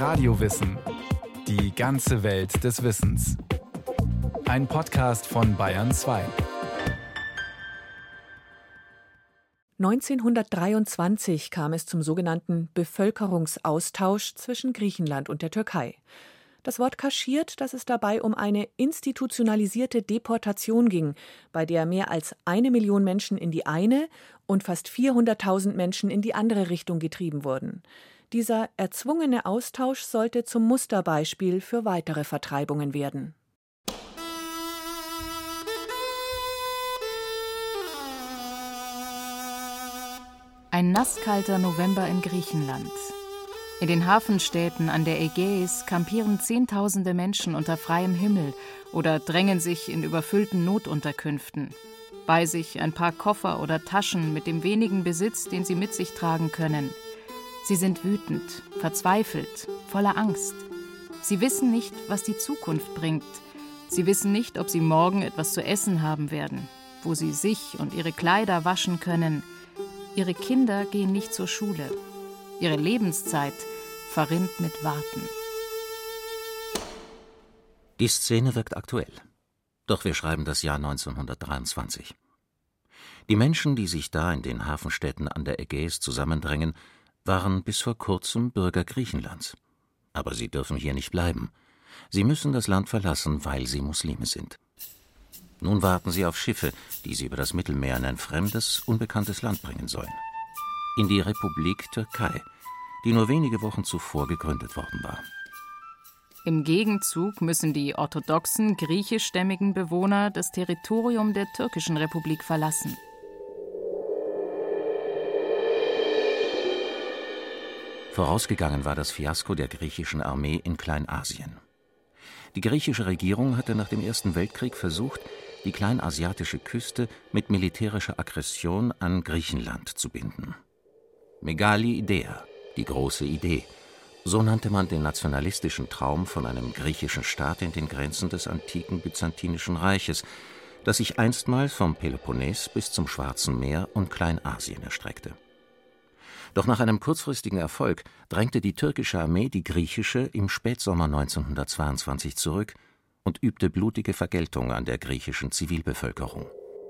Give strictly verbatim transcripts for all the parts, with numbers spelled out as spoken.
Radiowissen. Die ganze Welt des Wissens. Ein Podcast von Bayern zwei. neunzehnhundertdreiundzwanzig kam es zum sogenannten Bevölkerungsaustausch zwischen Griechenland und der Türkei. Das Wort kaschiert, dass es dabei um eine institutionalisierte Deportation ging, bei der mehr als eine Million Menschen in die eine und fast vierhunderttausend Menschen in die andere Richtung getrieben wurden. Dieser erzwungene Austausch sollte zum Musterbeispiel für weitere Vertreibungen werden. Ein nasskalter November in Griechenland. In den Hafenstädten an der Ägäis kampieren Zehntausende Menschen unter freiem Himmel oder drängen sich in überfüllten Notunterkünften. Bei sich ein paar Koffer oder Taschen mit dem wenigen Besitz, den sie mit sich tragen können. Sie sind wütend, verzweifelt, voller Angst. Sie wissen nicht, was die Zukunft bringt. Sie wissen nicht, ob sie morgen etwas zu essen haben werden, wo sie sich und ihre Kleider waschen können. Ihre Kinder gehen nicht zur Schule. Ihre Lebenszeit verrinnt mit Warten. Die Szene wirkt aktuell. Doch wir schreiben das Jahr neunzehnhundertdreiundzwanzig. Die Menschen, die sich da in den Hafenstädten an der Ägäis zusammendrängen, waren bis vor kurzem Bürger Griechenlands. Aber sie dürfen hier nicht bleiben. Sie müssen das Land verlassen, weil sie Muslime sind. Nun warten sie auf Schiffe, die sie über das Mittelmeer in ein fremdes, unbekanntes Land bringen sollen. In die Republik Türkei, die nur wenige Wochen zuvor gegründet worden war. Im Gegenzug müssen die orthodoxen, griechischstämmigen Bewohner das Territorium der türkischen Republik verlassen. Vorausgegangen war das Fiasko der griechischen Armee in Kleinasien. Die griechische Regierung hatte nach dem Ersten Weltkrieg versucht, die kleinasiatische Küste mit militärischer Aggression an Griechenland zu binden. Megali Idea, die große Idee. So nannte man den nationalistischen Traum von einem griechischen Staat in den Grenzen des antiken Byzantinischen Reiches, das sich einstmals vom Peloponnes bis zum Schwarzen Meer und Kleinasien erstreckte. Doch nach einem kurzfristigen Erfolg drängte die türkische Armee die griechische im Spätsommer neunzehnhundertzweiundzwanzig zurück und übte blutige Vergeltung an der griechischen Zivilbevölkerung.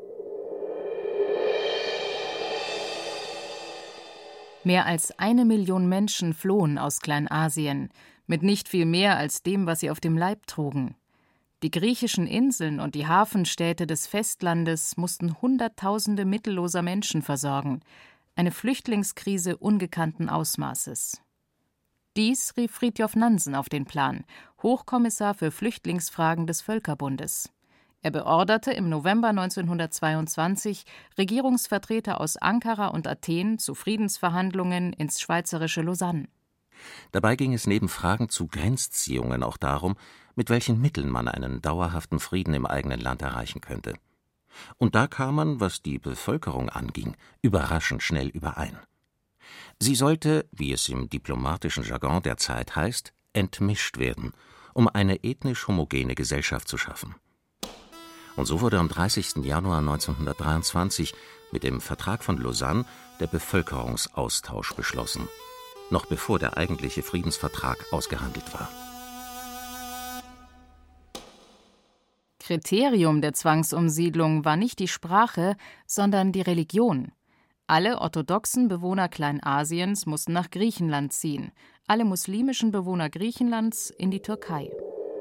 Mehr als eine Million Menschen flohen aus Kleinasien, mit nicht viel mehr als dem, was sie auf dem Leib trugen. Die griechischen Inseln und die Hafenstädte des Festlandes mussten Hunderttausende mittelloser Menschen versorgen. Eine Flüchtlingskrise ungekannten Ausmaßes. Dies rief Fridtjof Nansen auf den Plan, Hochkommissar für Flüchtlingsfragen des Völkerbundes. Er beorderte im November neunzehnhundertzweiundzwanzig Regierungsvertreter aus Ankara und Athen zu Friedensverhandlungen ins schweizerische Lausanne. Dabei ging es neben Fragen zu Grenzziehungen auch darum, mit welchen Mitteln man einen dauerhaften Frieden im eigenen Land erreichen könnte. Und da kam man, was die Bevölkerung anging, überraschend schnell überein. Sie sollte, wie es im diplomatischen Jargon der Zeit heißt, entmischt werden, um eine ethnisch homogene Gesellschaft zu schaffen. Und so wurde am dreißigsten Januar neunzehnhundertdreiundzwanzig mit dem Vertrag von Lausanne der Bevölkerungsaustausch beschlossen, noch bevor der eigentliche Friedensvertrag ausgehandelt war. Kriterium der Zwangsumsiedlung war nicht die Sprache, sondern die Religion. Alle orthodoxen Bewohner Kleinasiens mussten nach Griechenland ziehen, alle muslimischen Bewohner Griechenlands in die Türkei.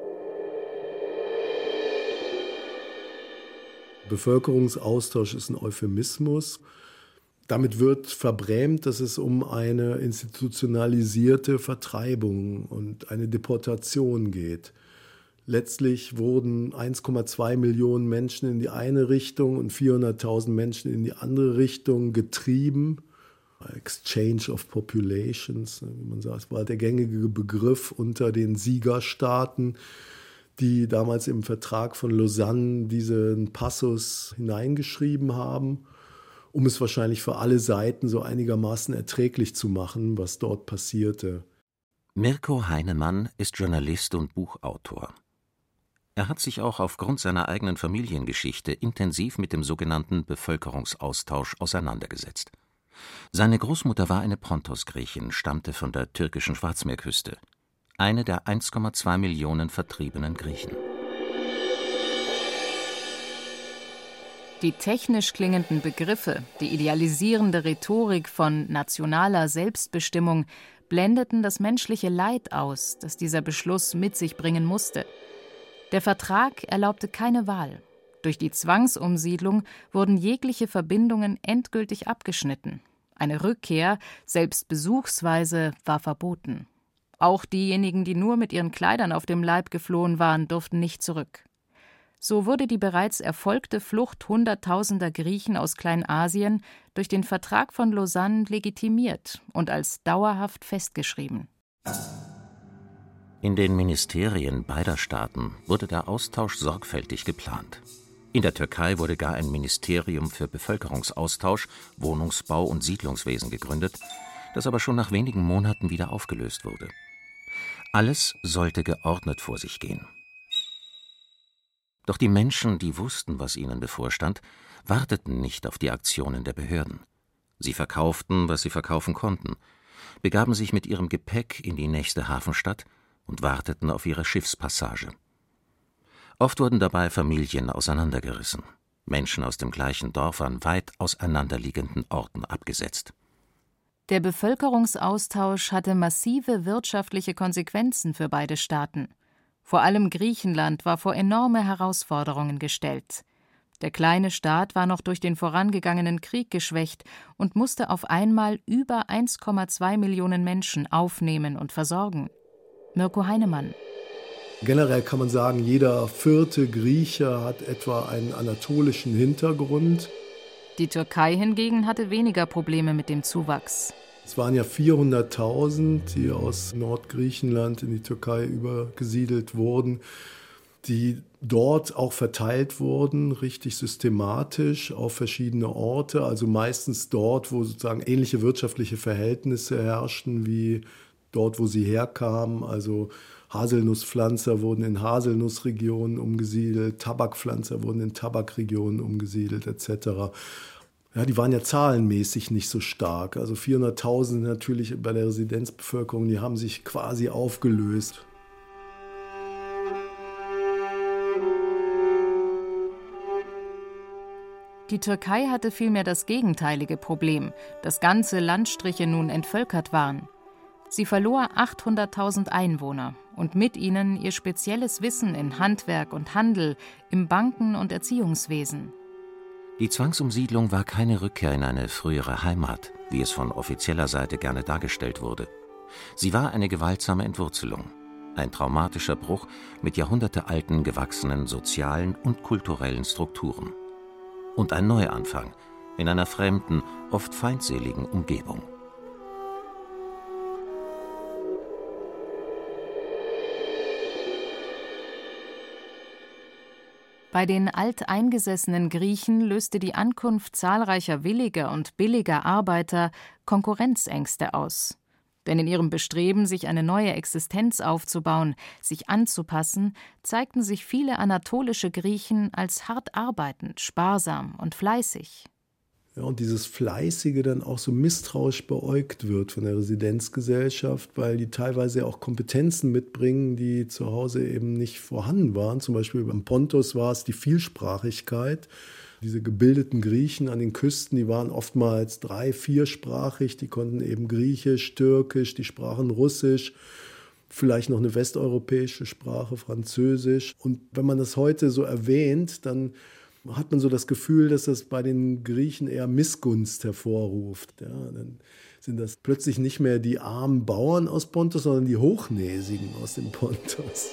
Bevölkerungsaustausch ist ein Euphemismus. Damit wird verbrämt, dass es um eine institutionalisierte Vertreibung und eine Deportation geht. Letztlich wurden eins Komma zwei Millionen Menschen in die eine Richtung und vierhunderttausend Menschen in die andere Richtung getrieben. Exchange of Populations, wie man sagt, war der gängige Begriff unter den Siegerstaaten, die damals im Vertrag von Lausanne diesen Passus hineingeschrieben haben, um es wahrscheinlich für alle Seiten so einigermaßen erträglich zu machen, was dort passierte. Mirko Heinemann ist Journalist und Buchautor. Er hat sich auch aufgrund seiner eigenen Familiengeschichte intensiv mit dem sogenannten Bevölkerungsaustausch auseinandergesetzt. Seine Großmutter war eine Pontos-Griechin, stammte von der türkischen Schwarzmeerküste. eine der eins Komma zwei Millionen vertriebenen Griechen. Die technisch klingenden Begriffe, die idealisierende Rhetorik von nationaler Selbstbestimmung blendeten das menschliche Leid aus, das dieser Beschluss mit sich bringen musste. Der Vertrag erlaubte keine Wahl. Durch die Zwangsumsiedlung wurden jegliche Verbindungen endgültig abgeschnitten. Eine Rückkehr, selbst besuchsweise, war verboten. Auch diejenigen, die nur mit ihren Kleidern auf dem Leib geflohen waren, durften nicht zurück. So wurde die bereits erfolgte Flucht hunderttausender Griechen aus Kleinasien durch den Vertrag von Lausanne legitimiert und als dauerhaft festgeschrieben. In den Ministerien beider Staaten wurde der Austausch sorgfältig geplant. In der Türkei wurde gar ein Ministerium für Bevölkerungsaustausch, Wohnungsbau und Siedlungswesen gegründet, das aber schon nach wenigen Monaten wieder aufgelöst wurde. Alles sollte geordnet vor sich gehen. Doch die Menschen, die wussten, was ihnen bevorstand, warteten nicht auf die Aktionen der Behörden. Sie verkauften, was sie verkaufen konnten, begaben sich mit ihrem Gepäck in die nächste Hafenstadt und warteten auf ihre Schiffspassage. Oft wurden dabei Familien auseinandergerissen, Menschen aus dem gleichen Dorf an weit auseinanderliegenden Orten abgesetzt. Der Bevölkerungsaustausch hatte massive wirtschaftliche Konsequenzen für beide Staaten. Vor allem Griechenland war vor enorme Herausforderungen gestellt. Der kleine Staat war noch durch den vorangegangenen Krieg geschwächt und musste auf einmal über eins Komma zwei Millionen Menschen aufnehmen und versorgen. Mirko Heinemann. Generell kann man sagen, jeder vierte Grieche hat etwa einen anatolischen Hintergrund. Die Türkei hingegen hatte weniger Probleme mit dem Zuwachs. Es waren ja vierhunderttausend, die aus Nordgriechenland in die Türkei übergesiedelt wurden, die dort auch verteilt wurden, richtig systematisch auf verschiedene Orte, also meistens dort, wo sozusagen ähnliche wirtschaftliche Verhältnisse herrschten wie dort, wo sie herkamen. Also Haselnusspflanzer wurden in Haselnussregionen umgesiedelt, Tabakpflanzer wurden in Tabakregionen umgesiedelt et cetera. Ja, die waren ja zahlenmäßig nicht so stark. Also vierhunderttausend natürlich bei der Residenzbevölkerung, die haben sich quasi aufgelöst. Die Türkei hatte vielmehr das gegenteilige Problem, dass ganze Landstriche nun entvölkert waren. Sie verlor achthunderttausend Einwohner und mit ihnen ihr spezielles Wissen in Handwerk und Handel, im Banken- und Erziehungswesen. Die Zwangsumsiedlung war keine Rückkehr in eine frühere Heimat, wie es von offizieller Seite gerne dargestellt wurde. Sie war eine gewaltsame Entwurzelung, ein traumatischer Bruch mit jahrhundertealten gewachsenen sozialen und kulturellen Strukturen. Und ein Neuanfang in einer fremden, oft feindseligen Umgebung. Bei den alteingesessenen Griechen löste die Ankunft zahlreicher williger und billiger Arbeiter Konkurrenzängste aus. Denn in ihrem Bestreben, sich eine neue Existenz aufzubauen, sich anzupassen, zeigten sich viele anatolische Griechen als hart arbeitend, sparsam und fleißig. Ja, und dieses Fleißige dann auch so misstrauisch beäugt wird von der Residenzgesellschaft, weil die teilweise auch Kompetenzen mitbringen, die zu Hause eben nicht vorhanden waren. Zum Beispiel beim Pontos war es die Vielsprachigkeit. Diese gebildeten Griechen an den Küsten, die waren oftmals drei-, viersprachig. Die konnten eben Griechisch, Türkisch, die sprachen Russisch, vielleicht noch eine westeuropäische Sprache, Französisch. Und wenn man das heute so erwähnt, dann hat man so das Gefühl, dass das bei den Griechen eher Missgunst hervorruft. Ja, dann sind das plötzlich nicht mehr die armen Bauern aus Pontos, sondern die Hochnäsigen aus dem Pontos.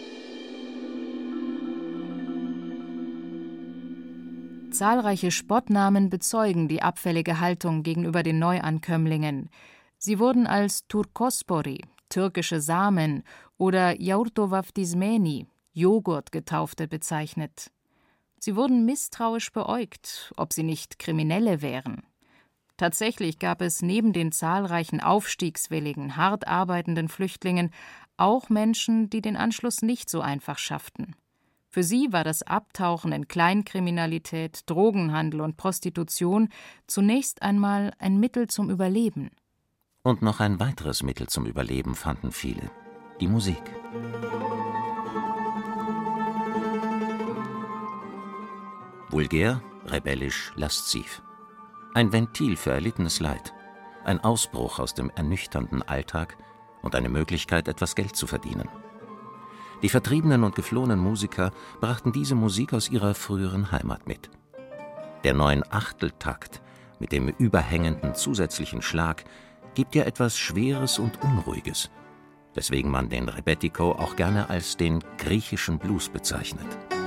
Zahlreiche Spottnamen bezeugen die abfällige Haltung gegenüber den Neuankömmlingen. Sie wurden als Turkospori, türkische Samen, oder Yaurtovaftismeni, Joghurtgetaufte, bezeichnet. Sie wurden misstrauisch beäugt, ob sie nicht Kriminelle wären. Tatsächlich gab es neben den zahlreichen aufstiegswilligen, hart arbeitenden Flüchtlingen auch Menschen, die den Anschluss nicht so einfach schafften. Für sie war das Abtauchen in Kleinkriminalität, Drogenhandel und Prostitution zunächst einmal ein Mittel zum Überleben. Und noch ein weiteres Mittel zum Überleben fanden viele: die Musik. Vulgär, rebellisch, lasziv. Ein Ventil für erlittenes Leid. Ein Ausbruch aus dem ernüchternden Alltag und eine Möglichkeit, etwas Geld zu verdienen. Die vertriebenen und geflohenen Musiker brachten diese Musik aus ihrer früheren Heimat mit. Der Neun-Achtel-Takt mit dem überhängenden zusätzlichen Schlag gibt ja etwas Schweres und Unruhiges, weswegen man den Rebetiko auch gerne als den griechischen Blues bezeichnet.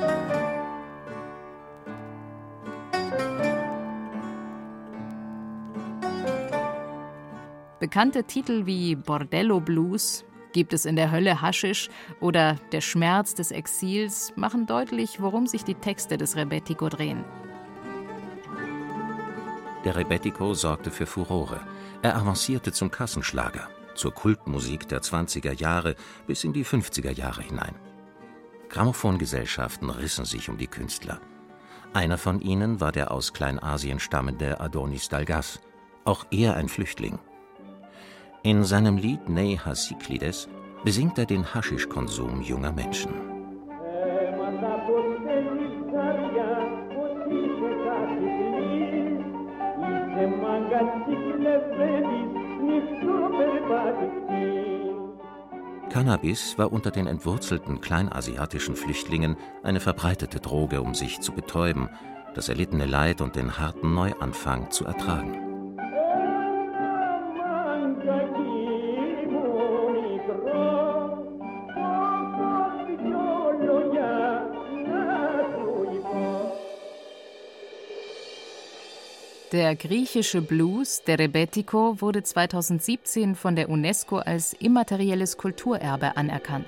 Bekannte Titel wie Bordello Blues, Gibt es in der Hölle Haschisch oder Der Schmerz des Exils machen deutlich, worum sich die Texte des Rebetiko drehen. Der Rebetiko sorgte für Furore. Er avancierte zum Kassenschlager, zur Kultmusik der zwanziger Jahre bis in die fünfziger Jahre hinein. Grammophongesellschaften rissen sich um die Künstler. Einer von ihnen war der aus Kleinasien stammende Adonis Dalgas, auch er ein Flüchtling. In seinem Lied Nei Hasiklides besingt er den Haschischkonsum junger Menschen. Cannabis war unter den entwurzelten kleinasiatischen Flüchtlingen eine verbreitete Droge, um sich zu betäuben, das erlittene Leid und den harten Neuanfang zu ertragen. Der griechische Blues, der Rebetiko, wurde zweitausendsiebzehn von der UNESCO als immaterielles Kulturerbe anerkannt.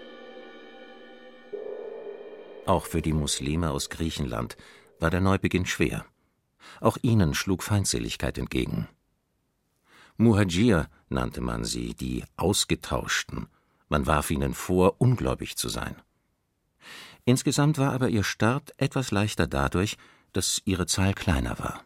Auch für die Muslime aus Griechenland war der Neubeginn schwer. Auch ihnen schlug Feindseligkeit entgegen. Muhadjir nannte man sie, die Ausgetauschten. Man warf ihnen vor, ungläubig zu sein. Insgesamt war aber ihr Start etwas leichter dadurch, dass ihre Zahl kleiner war.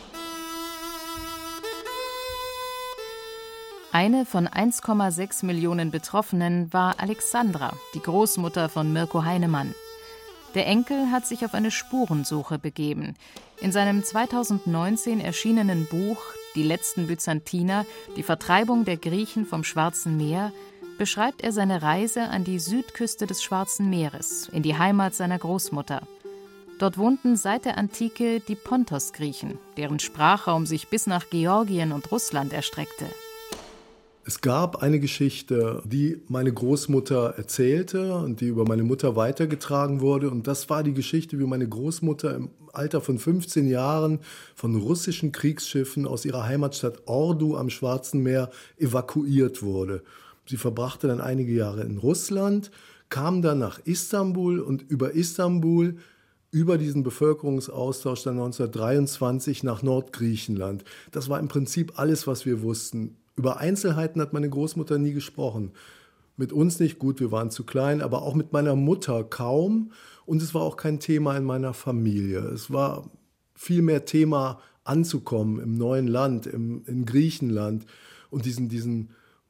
Eine von eins Komma sechs Millionen Betroffenen war Alexandra, die Großmutter von Mirko Heinemann. Der Enkel hat sich auf eine Spurensuche begeben. In seinem zweitausendneunzehn erschienenen Buch »Die letzten Byzantiner – Die Vertreibung der Griechen vom Schwarzen Meer« beschreibt er seine Reise an die Südküste des Schwarzen Meeres, in die Heimat seiner Großmutter. Dort wohnten seit der Antike die Pontos-Griechen, deren Sprachraum sich bis nach Georgien und Russland erstreckte. Es gab eine Geschichte, die meine Großmutter erzählte und die über meine Mutter weitergetragen wurde. Und das war die Geschichte, wie meine Großmutter im Alter von fünfzehn Jahren von russischen Kriegsschiffen aus ihrer Heimatstadt Ordu am Schwarzen Meer evakuiert wurde. Sie verbrachte dann einige Jahre in Russland, kam dann nach Istanbul und über Istanbul über diesen Bevölkerungsaustausch dann neunzehnhundertdreiundzwanzig nach Nordgriechenland. Das war im Prinzip alles, was wir wussten. Über Einzelheiten hat meine Großmutter nie gesprochen. Mit uns nicht, gut, wir waren zu klein, aber auch mit meiner Mutter kaum. Und es war auch kein Thema in meiner Familie. Es war viel mehr Thema anzukommen im neuen Land, im, in Griechenland und diesen, diesen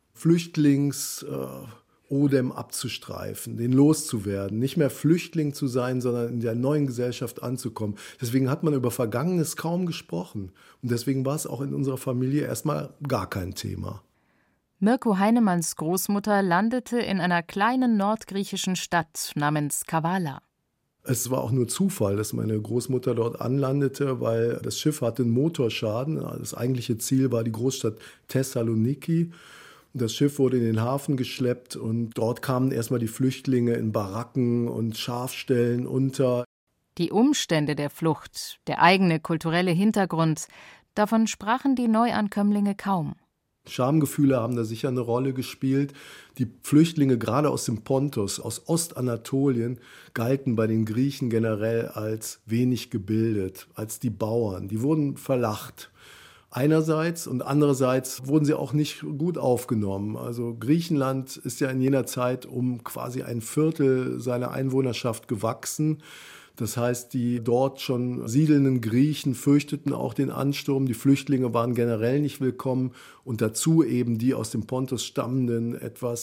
Flüchtlings-Odem abzustreifen, den loszuwerden, nicht mehr Flüchtling zu sein, sondern in der neuen Gesellschaft anzukommen. Deswegen hat man über Vergangenes kaum gesprochen. Und deswegen war es auch in unserer Familie erstmal gar kein Thema. Mirko Heinemanns Großmutter landete in einer kleinen nordgriechischen Stadt namens Kavala. Es war auch nur Zufall, dass meine Großmutter dort anlandete, weil das Schiff hatte einen Motorschaden. Das eigentliche Ziel war die Großstadt Thessaloniki. Das Schiff wurde in den Hafen geschleppt und dort kamen erstmal die Flüchtlinge in Baracken und Schafställen unter. Die Umstände der Flucht, der eigene kulturelle Hintergrund, davon sprachen die Neuankömmlinge kaum. Schamgefühle haben da sicher eine Rolle gespielt. Die Flüchtlinge, gerade aus dem Pontos, aus Ostanatolien, galten bei den Griechen generell als wenig gebildet, als die Bauern. Die wurden verlacht. Einerseits und andererseits wurden sie auch nicht gut aufgenommen. Also Griechenland ist ja in jener Zeit um quasi ein Viertel seiner Einwohnerschaft gewachsen. Das heißt, die dort schon siedelnden Griechen fürchteten auch den Ansturm. Die Flüchtlinge waren generell nicht willkommen und dazu eben die aus dem Pontos stammenden etwas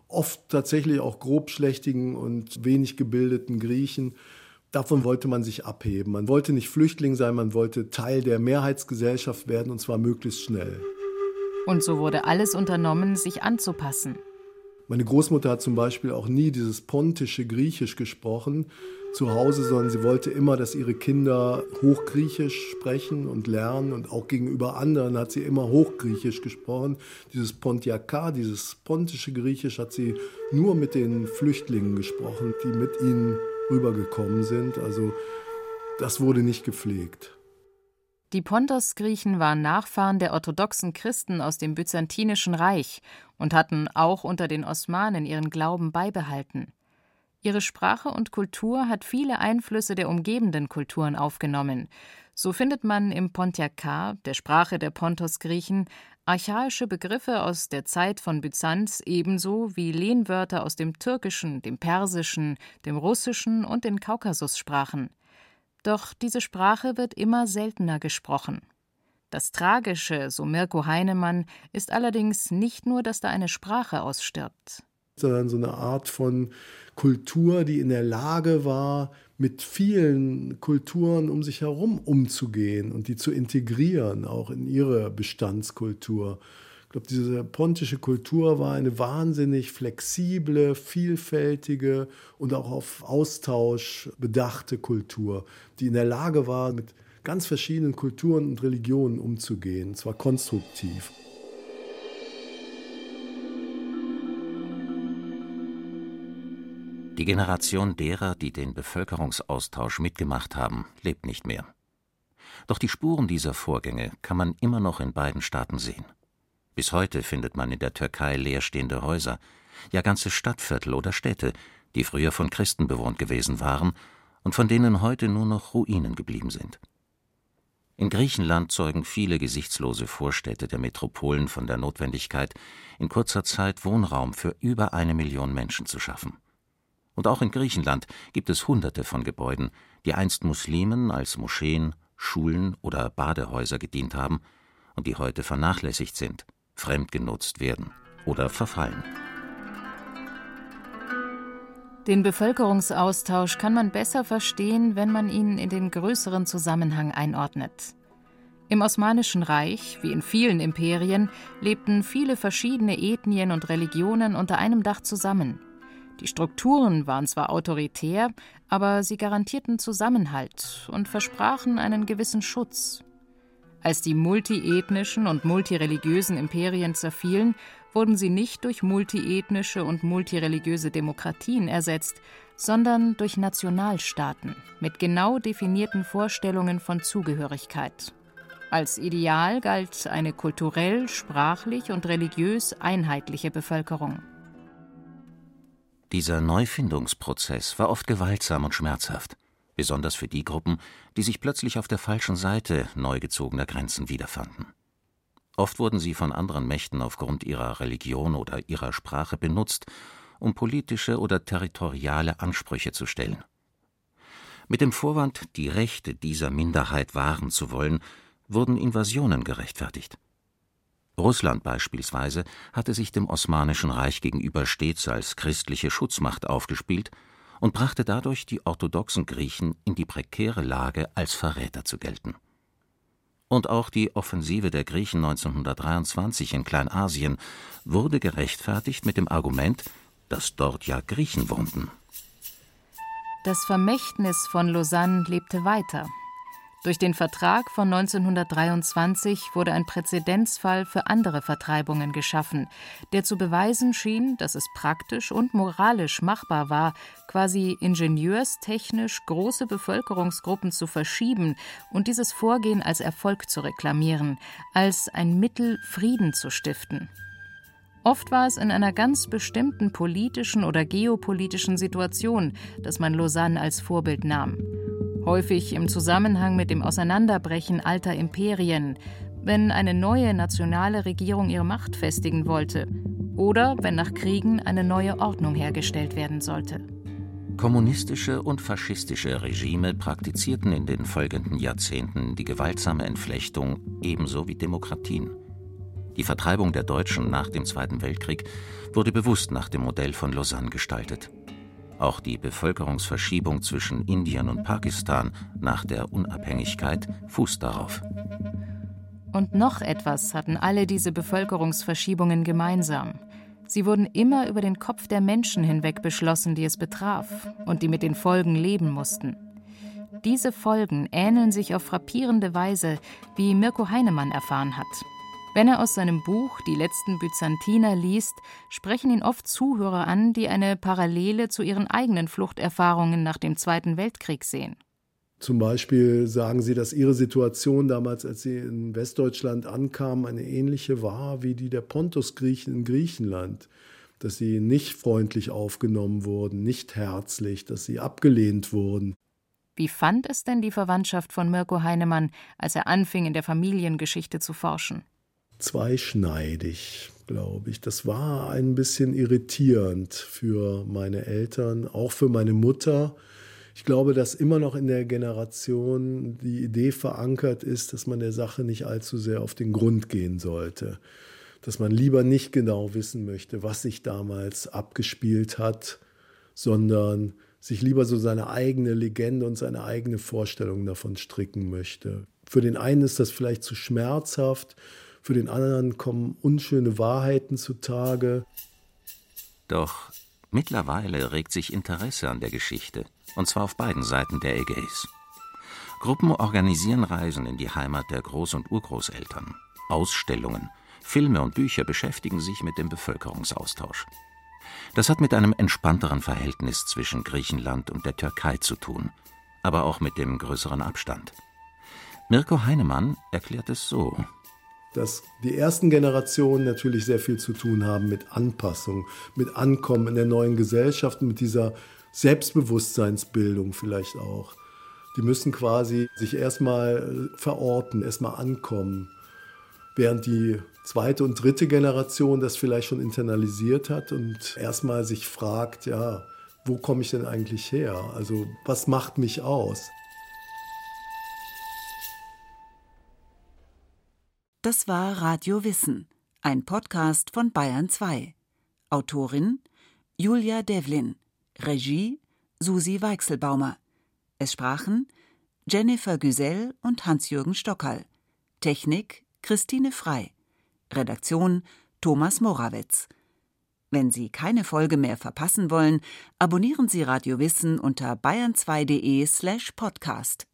oft tatsächlich auch grobschlächtigen und wenig gebildeten Griechen. Davon wollte man sich abheben. Man wollte nicht Flüchtling sein, man wollte Teil der Mehrheitsgesellschaft werden, und zwar möglichst schnell. Und so wurde alles unternommen, sich anzupassen. Meine Großmutter hat zum Beispiel auch nie dieses pontische Griechisch gesprochen zu Hause, sondern sie wollte immer, dass ihre Kinder Hochgriechisch sprechen und lernen. Und auch gegenüber anderen hat sie immer Hochgriechisch gesprochen. Dieses Pontiacar, dieses pontische Griechisch, hat sie nur mit den Flüchtlingen gesprochen, die mit ihnen rübergekommen sind. Also das wurde nicht gepflegt. Die Pontos-Griechen waren Nachfahren der orthodoxen Christen aus dem Byzantinischen Reich und hatten auch unter den Osmanen ihren Glauben beibehalten. Ihre Sprache und Kultur hat viele Einflüsse der umgebenden Kulturen aufgenommen. So findet man im Pontiacar, der Sprache der Pontos-Griechen, archaische Begriffe aus der Zeit von Byzanz ebenso wie Lehnwörter aus dem Türkischen, dem Persischen, dem Russischen und den Kaukasussprachen. Doch diese Sprache wird immer seltener gesprochen. Das Tragische, so Mirko Heinemann, ist allerdings nicht nur, dass da eine Sprache ausstirbt. Sondern so eine Art von Kultur, die in der Lage war, mit vielen Kulturen um sich herum umzugehen und die zu integrieren, auch in ihre Bestandskultur. Ich glaube, diese pontische Kultur war eine wahnsinnig flexible, vielfältige und auch auf Austausch bedachte Kultur, die in der Lage war, mit ganz verschiedenen Kulturen und Religionen umzugehen, und zwar konstruktiv. Die Generation derer, die den Bevölkerungsaustausch mitgemacht haben, lebt nicht mehr. Doch die Spuren dieser Vorgänge kann man immer noch in beiden Staaten sehen. Bis heute findet man in der Türkei leerstehende Häuser, ja ganze Stadtviertel oder Städte, die früher von Christen bewohnt gewesen waren und von denen heute nur noch Ruinen geblieben sind. In Griechenland zeugen viele gesichtslose Vorstädte der Metropolen von der Notwendigkeit, in kurzer Zeit Wohnraum für über eine Million Menschen zu schaffen. Und auch in Griechenland gibt es Hunderte von Gebäuden, die einst Muslimen als Moscheen, Schulen oder Badehäuser gedient haben und die heute vernachlässigt sind, fremdgenutzt werden oder verfallen. Den Bevölkerungsaustausch kann man besser verstehen, wenn man ihn in den größeren Zusammenhang einordnet. Im Osmanischen Reich, wie in vielen Imperien, lebten viele verschiedene Ethnien und Religionen unter einem Dach zusammen. Die Strukturen waren zwar autoritär, aber sie garantierten Zusammenhalt und versprachen einen gewissen Schutz. Als die multiethnischen und multireligiösen Imperien zerfielen, wurden sie nicht durch multiethnische und multireligiöse Demokratien ersetzt, sondern durch Nationalstaaten mit genau definierten Vorstellungen von Zugehörigkeit. Als Ideal galt eine kulturell, sprachlich und religiös einheitliche Bevölkerung. Dieser Neufindungsprozess war oft gewaltsam und schmerzhaft, besonders für die Gruppen, die sich plötzlich auf der falschen Seite neu gezogener Grenzen wiederfanden. Oft wurden sie von anderen Mächten aufgrund ihrer Religion oder ihrer Sprache benutzt, um politische oder territoriale Ansprüche zu stellen. Mit dem Vorwand, die Rechte dieser Minderheit wahren zu wollen, wurden Invasionen gerechtfertigt. Russland beispielsweise hatte sich dem Osmanischen Reich gegenüber stets als christliche Schutzmacht aufgespielt und brachte dadurch die orthodoxen Griechen in die prekäre Lage, als Verräter zu gelten. Und auch die Offensive der Griechen neunzehnhundertdreiundzwanzig in Kleinasien wurde gerechtfertigt mit dem Argument, dass dort ja Griechen wohnten. Das Vermächtnis von Lausanne lebte weiter. Durch den Vertrag von neunzehnhundertdreiundzwanzig wurde ein Präzedenzfall für andere Vertreibungen geschaffen, der zu beweisen schien, dass es praktisch und moralisch machbar war, quasi ingenieurstechnisch große Bevölkerungsgruppen zu verschieben und dieses Vorgehen als Erfolg zu reklamieren, als ein Mittel, Frieden zu stiften. Oft war es in einer ganz bestimmten politischen oder geopolitischen Situation, dass man Lausanne als Vorbild nahm. Häufig im Zusammenhang mit dem Auseinanderbrechen alter Imperien, wenn eine neue nationale Regierung ihre Macht festigen wollte oder wenn nach Kriegen eine neue Ordnung hergestellt werden sollte. Kommunistische und faschistische Regime praktizierten in den folgenden Jahrzehnten die gewaltsame Entflechtung ebenso wie Demokratien. Die Vertreibung der Deutschen nach dem Zweiten Weltkrieg wurde bewusst nach dem Modell von Lausanne gestaltet. Auch die Bevölkerungsverschiebung zwischen Indien und Pakistan nach der Unabhängigkeit fußt darauf. Und noch etwas hatten alle diese Bevölkerungsverschiebungen gemeinsam. Sie wurden immer über den Kopf der Menschen hinweg beschlossen, die es betraf und die mit den Folgen leben mussten. Diese Folgen ähneln sich auf frappierende Weise, wie Mirko Heinemann erfahren hat. Wenn er aus seinem Buch »Die letzten Byzantiner« liest, sprechen ihn oft Zuhörer an, die eine Parallele zu ihren eigenen Fluchterfahrungen nach dem Zweiten Weltkrieg sehen. Zum Beispiel sagen sie, dass ihre Situation damals, als sie in Westdeutschland ankamen, eine ähnliche war wie die der Pontusgriechen in Griechenland. Dass sie nicht freundlich aufgenommen wurden, nicht herzlich, dass sie abgelehnt wurden. Wie fand es denn die Verwandtschaft von Mirko Heinemann, als er anfing, in der Familiengeschichte zu forschen? Zweischneidig, glaube ich. Das war ein bisschen irritierend für meine Eltern, auch für meine Mutter. Ich glaube, dass immer noch in der Generation die Idee verankert ist, dass man der Sache nicht allzu sehr auf den Grund gehen sollte. Dass man lieber nicht genau wissen möchte, was sich damals abgespielt hat, sondern sich lieber so seine eigene Legende und seine eigene Vorstellung davon stricken möchte. Für den einen ist das vielleicht zu schmerzhaft, für den anderen kommen unschöne Wahrheiten zutage. Doch mittlerweile regt sich Interesse an der Geschichte, und zwar auf beiden Seiten der Ägäis. Gruppen organisieren Reisen in die Heimat der Groß- und Urgroßeltern. Ausstellungen, Filme und Bücher beschäftigen sich mit dem Bevölkerungsaustausch. Das hat mit einem entspannteren Verhältnis zwischen Griechenland und der Türkei zu tun, aber auch mit dem größeren Abstand. Mirko Heinemann erklärt es so: Dass die ersten Generationen natürlich sehr viel zu tun haben mit Anpassung, mit Ankommen in der neuen Gesellschaft, mit dieser Selbstbewusstseinsbildung vielleicht auch. Die müssen quasi sich erstmal verorten, erstmal ankommen. Während die zweite und dritte Generation das vielleicht schon internalisiert hat und erstmal sich fragt, ja, wo komme ich denn eigentlich her? Also was macht mich aus? Das war Radio Wissen, ein Podcast von Bayern zwei. Autorin Julia Devlin, Regie Susi Weichselbaumer. Es sprachen Jennifer Güsell und Hans-Jürgen Stockerl. Technik Christine Frei. Redaktion Thomas Morawetz. Wenn Sie keine Folge mehr verpassen wollen, abonnieren Sie Radio Wissen unter bayern zwei punkt de slash podcast.